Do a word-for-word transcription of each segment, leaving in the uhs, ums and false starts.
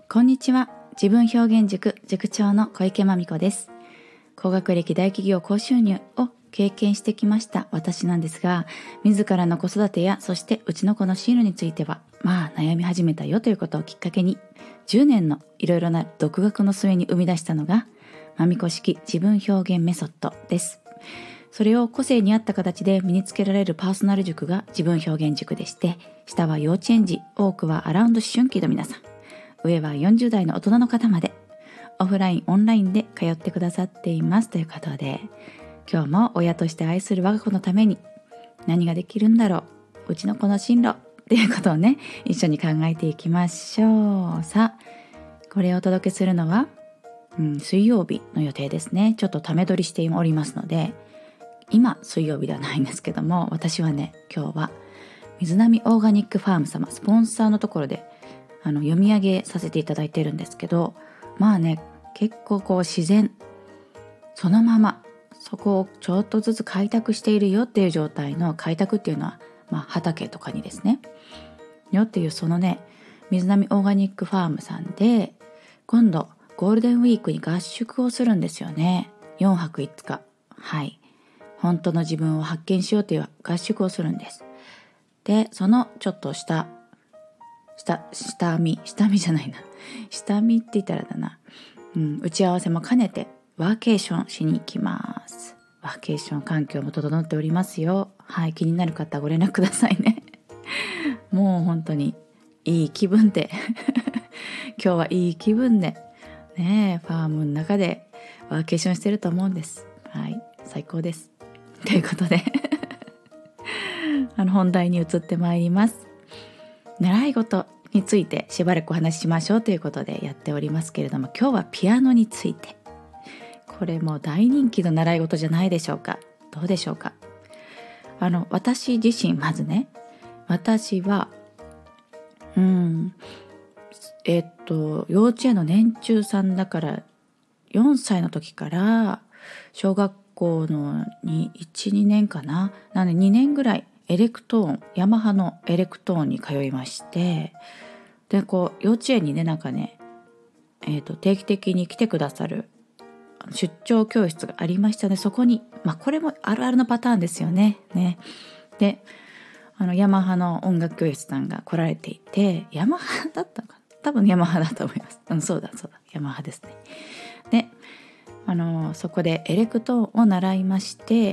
こんにちは。自分表現塾塾長の小池真美子です。高学歴大企業高収入を経験してきました私なんですが、自らの子育てやそしてうちの子の進路についてはまあ悩み始めたよということをきっかけに、じゅうねんのいろいろな独学の末に生み出したのが真美子式自分表現メソッドです。それを個性に合った形で身につけられるパーソナル塾が自分表現塾でして、下は幼稚園児、多くはアラウンド思春期の皆さん、上はよんじゅう代の大人の方までオフラインオンラインで通ってくださっていますということで、今日も親として愛する我が子のために何ができるんだろう、うちの子の進路っていうことをね、一緒に考えていきましょう。さあ、これをお届けするのは、うん、水曜日の予定ですね。ちょっとため撮りしておりますので、今水曜日ではないんですけども、私はね、今日は水波オーガニックファーム様スポンサーのところであの読み上げさせていただいてるんですけど、まあね、結構こう自然そのままそこをちょっとずつ開拓しているよっていう状態の、開拓っていうのは、まあ、畑とかにですねよっていう、そのね水波オーガニックファームさんで今度ゴールデンウィークに合宿をするんですよね。よんはくいつか、はい、本当の自分を発見しようという合宿をするんです。で、そのちょっとした下下見下見じゃないな下見って言ったらだな、うん、打ち合わせも兼ねてワーケーションしに行きます。ワーケーション環境も整っておりますよ。はい、気になる方はご連絡くださいねもう本当にいい気分で今日はいい気分でね、ファームの中でワーケーションしてると思うんです。はい、最高ですということであの本題に移ってまいります。習い事についてしばらくお話ししましょうということでやっておりますけれども、今日はピアノについて。これも大人気の習い事じゃないでしょうか。どうでしょうか。あの私自身、まずね、私はうんえっと幼稚園の年中さんだからよんさいの時から小学校のいち、にねんかな、なのでにねんぐらいエレクトーン、ヤマハのエレクトーンに通いまして、でこう幼稚園にね、なんかね、えーと、定期的に来てくださる出張教室がありましたね。そこに、まあこれもあるあるのパターンですよね。ねで、あのヤマハの音楽教室さんが来られていて、ヤマハだったのかな、多分ヤマハだと思います。うん、そうだそうだ、ヤマハですね。で、あのそこでエレクトーンを習いまして、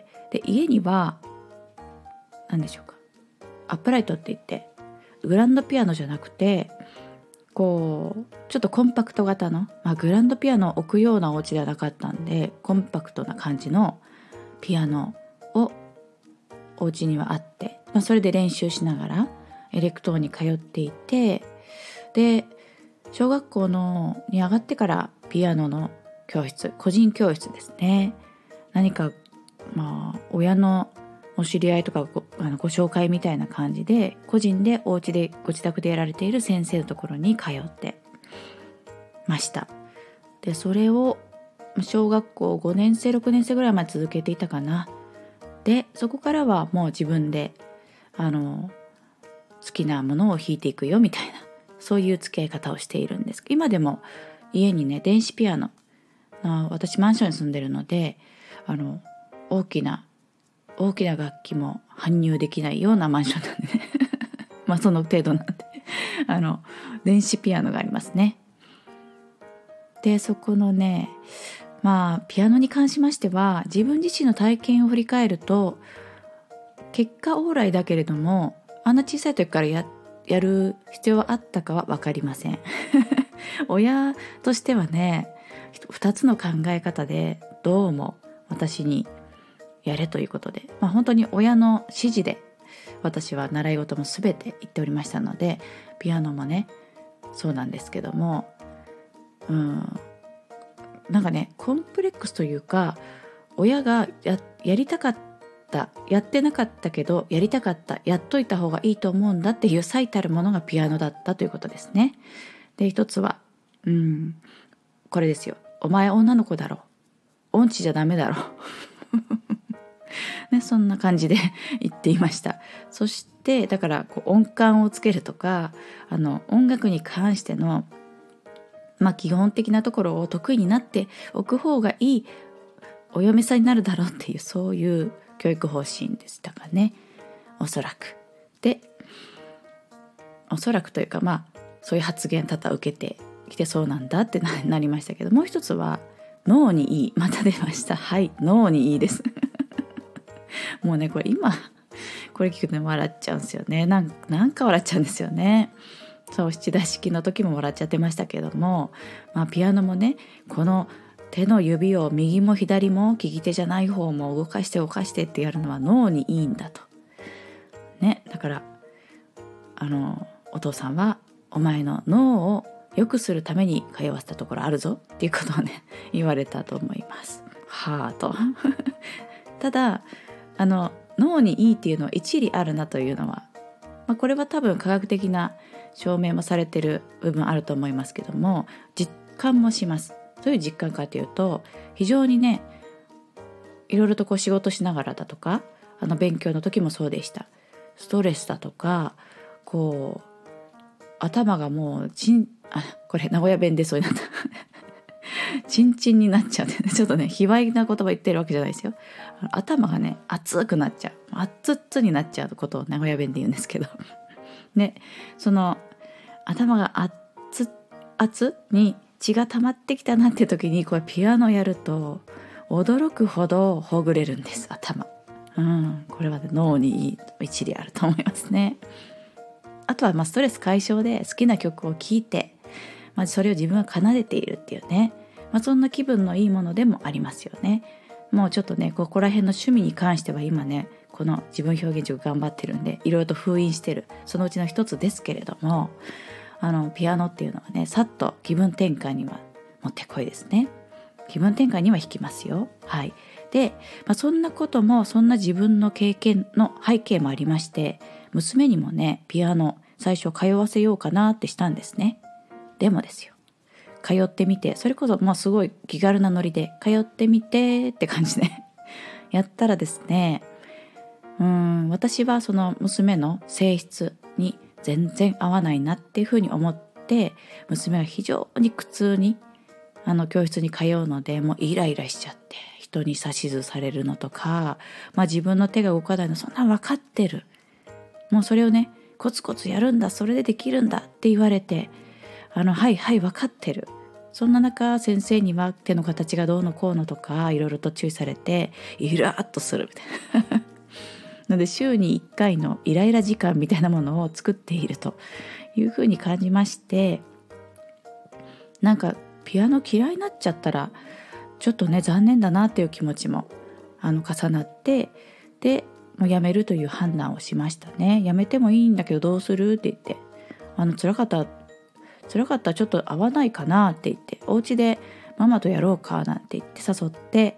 で家には何でしょうか、アップライトって言ってグランドピアノじゃなくて、こうちょっとコンパクト型の、まあ、グランドピアノを置くようなお家ではなかったんで、コンパクトな感じのピアノをお家にはあって、まあ、それで練習しながらエレクトーンに通っていて、で小学校のに上がってからピアノの教室、個人教室ですね、何かまあ親のお知り合いとか ご, あのご紹介みたいな感じで、個人でお家でご自宅でやられている先生のところに通ってました。でそれを小学校ごねん生ろくねん生ぐらいまで続けていたかな。でそこからはもう自分であの好きなものを弾いていくよみたいな、そういう付き合い方をしているんです。今でも家にね、電子ピアノ、あ、私マンションに住んでるので、あの大きな大きな楽器も搬入できないようなマンションなんでねまあその程度なんであの電子ピアノがありますね。でそこのね、まあピアノに関しましては、自分自身の体験を振り返ると結果オーライだけれども、あんな小さい時から や, やる必要はあったかは分かりません親としてはね、ふたつの考え方でどうも私にやれということで、まあ、本当に親の指示で私は習い事も全て行っておりましたので、ピアノもねそうなんですけども、うん、なんかねコンプレックスというか、親が や, やりたかったやってなかったけどやりたかった、やっといた方がいいと思うんだっていう最たるものがピアノだったということですね。で一つは、うん、これですよ。お前女の子だろ、音痴じゃダメだろね、そんな感じで言っていました。そしてだからこう音感をつけるとか、あの音楽に関してのまあ基本的なところを得意になっておく方がいいお嫁さんになるだろうっていう、そういう教育方針でしたかね、おそらく。でおそらくというか、まあそういう発言多々受けてきてそうなんだってなりましたけど、もう一つは脳にいい。また出ました。はい、脳にいいですもうねこれ今これ聞くと笑っちゃうんですよね。なんなんか笑っちゃうんですよね。そう七田式の時も笑っちゃってましたけども、まあ、ピアノもねこの手の指を右も左も利き手じゃない方も動かして動かしてってやるのは脳にいいんだとね。だからあのお父さんはお前の脳を良くするために通わせたところあるぞっていうことをね言われたと思います。はあとただあの脳にいいっていうのは一理あるなというのは、まあ、これは多分科学的な証明もされてる部分あると思いますけども、実感もします。どういう実感かというと、非常にねいろいろとこう仕事しながらだとか、あの勉強の時もそうでした。ストレスだとかこう頭がもうちんあこれ名古屋弁出そうになったチンチンになっちゃうちょっとね卑猥な言葉言ってるわけじゃないですよ。頭がね熱くなっちゃう、熱々になっちゃうことを名古屋弁で言うんですけどでその頭が熱々に血が溜まってきたなって時にこれピアノやると驚くほどほぐれるんです、頭。うん、これは、ね、脳にいい一理あると思いますね。あとはまあストレス解消で好きな曲を聴いて、まあ、それを自分は奏でているっていうね、まあ、そんな気分のいいものでもありますよね。もうちょっとねここら辺の趣味に関しては今ねこの自分表現塾頑張ってるんでいろいろと封印してるそのうちの一つですけれども、あのピアノっていうのはねさっと気分転換にはもってこいですね。気分転換には弾きますよ。はい。で、まあ、そんなこともそんな自分の経験の背景もありまして、娘にもねピアノ最初通わせようかなってしたんですね。でもですよ、通ってみて、それこそまあすごい気軽なノリで通ってみてって感じでやったらですね、うーん私はその娘の性質に全然合わないなっていうふうに思って、娘は非常に苦痛にあの教室に通うのでもうイライラしちゃって、人に指図されるのとか、まあ、自分の手が動かないのそんな分かってる、もうそれをねコツコツやるんだ、それでできるんだって言われて、あのはいはい分かってる。そんな中先生には手の形がどうのこうのとかいろいろと注意されてイラッとするみたいななので週にいっかいのイライラ時間みたいなものを作っているというふうに感じまして、なんかピアノ嫌いになっちゃったらちょっとね残念だなっていう気持ちもあの重なって、でもうやめるという判断をしましたね。やめてもいいんだけどどうするって言って、あの辛かった辛かったらちょっと合わないかなって言って、お家でママとやろうかなんて言って誘って、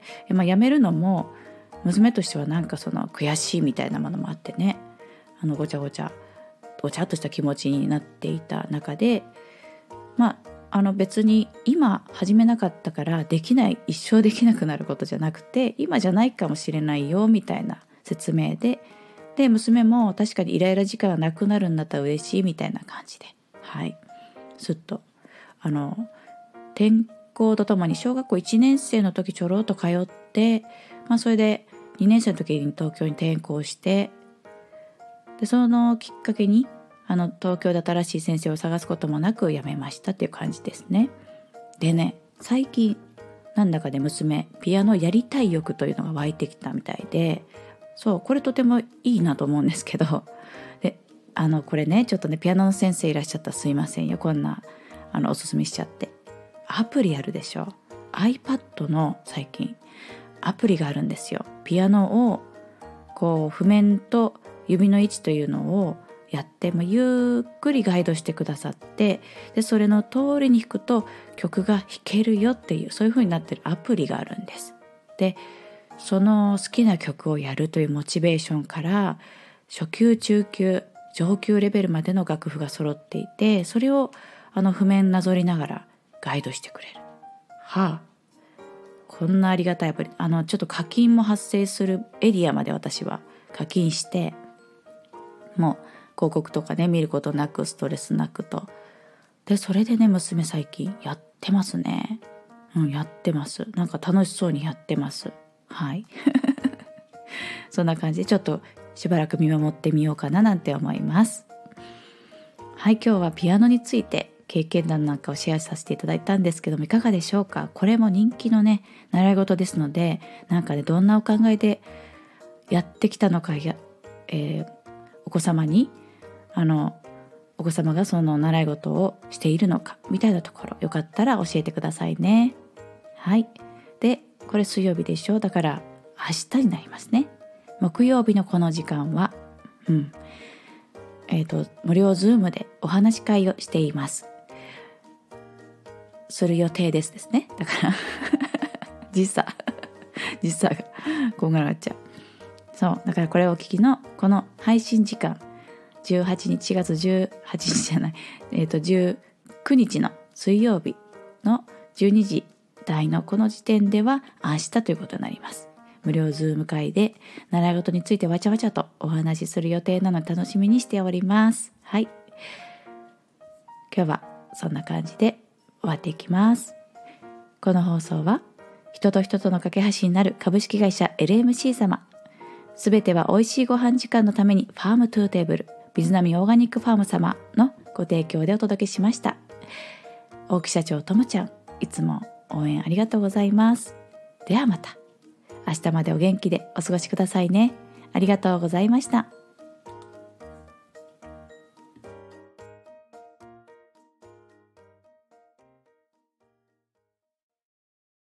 まあ、やめるのも娘としてはなんかその悔しいみたいなものもあってね、あのごちゃごちゃごちゃっとした気持ちになっていた中で、まああの別に今始めなかったからできない、一生できなくなることじゃなくて今じゃないかもしれないよみたいな説明で、で娘も確かにイライラ時間がなくなるんだったら嬉しいみたいな感じで、はいすっとあの転校とともに小学校いちねん生の時ちょろっと通って、まあ、それでにねん生の時に東京に転校して、でそのきっかけにあの東京で新しい先生を探すこともなく辞めましたっていう感じですね。でね最近なんだかで娘ピアノやりたい欲というのが湧いてきたみたいで、そうこれとてもいいなと思うんですけど、であのこれねちょっとねピアノの先生いらっしゃったらすいませんよ、こんなあのおすすめしちゃって。アプリあるでしょ。 iPad の最近アプリがあるんですよ。ピアノをこう譜面と指の位置というのをやって、まあ、ゆっくりガイドしてくださって、でそれの通りに弾くと曲が弾けるよっていう、そういう風になってるアプリがあるんです。でその好きな曲をやるというモチベーションから初級中級上級レベルまでの楽譜が揃っていて、それをあの譜面なぞりながらガイドしてくれる。はあ、こんなありがたいアプリ。あのちょっと課金も発生するエリアまで私は課金して、もう広告とかね見ることなくストレスなくと。でそれでね娘最近やってますね。うん、やってます。なんか楽しそうにやってます。はいそんな感じでちょっとしばらく見守ってみようかななんて思います。はい、今日はピアノについて経験談なんかをシェアさせていただいたんですけども、いかがでしょうか。これも人気のね習い事ですので、なんかねどんなお考えでやってきたのかや、えー、お子様にあのお子様がその習い事をしているのかみたいなところ、よかったら教えてくださいね。はい。で、これ水曜日でしょ。だから明日になりますね。木曜日のこの時間は、うん、えっと無料ズームでお話し会をしています。する予定ですですね。だから時差時差がこんがらがっちゃう。そうだからこれをお聞きのこの配信時間じゅうはちにちしがつじゅうはちにちじゃないえっとじゅうくにちの水曜日のじゅうにじ台のこの時点では明日ということになります。無料ズーム会で習い事についてわちゃわちゃとお話しする予定なので楽しみにしております。はい、今日はそんな感じで終わっていきます。この放送は人と人との架け橋になる株式会社 エルエムシー 様、すべては美味しいご飯時間のためにファームトゥーテーブル水波オーガニックファーム様のご提供でお届けしました。大木社長ともちゃん、いつも応援ありがとうございます。ではまた明日までお元気でお過ごしくださいね。ありがとうございました。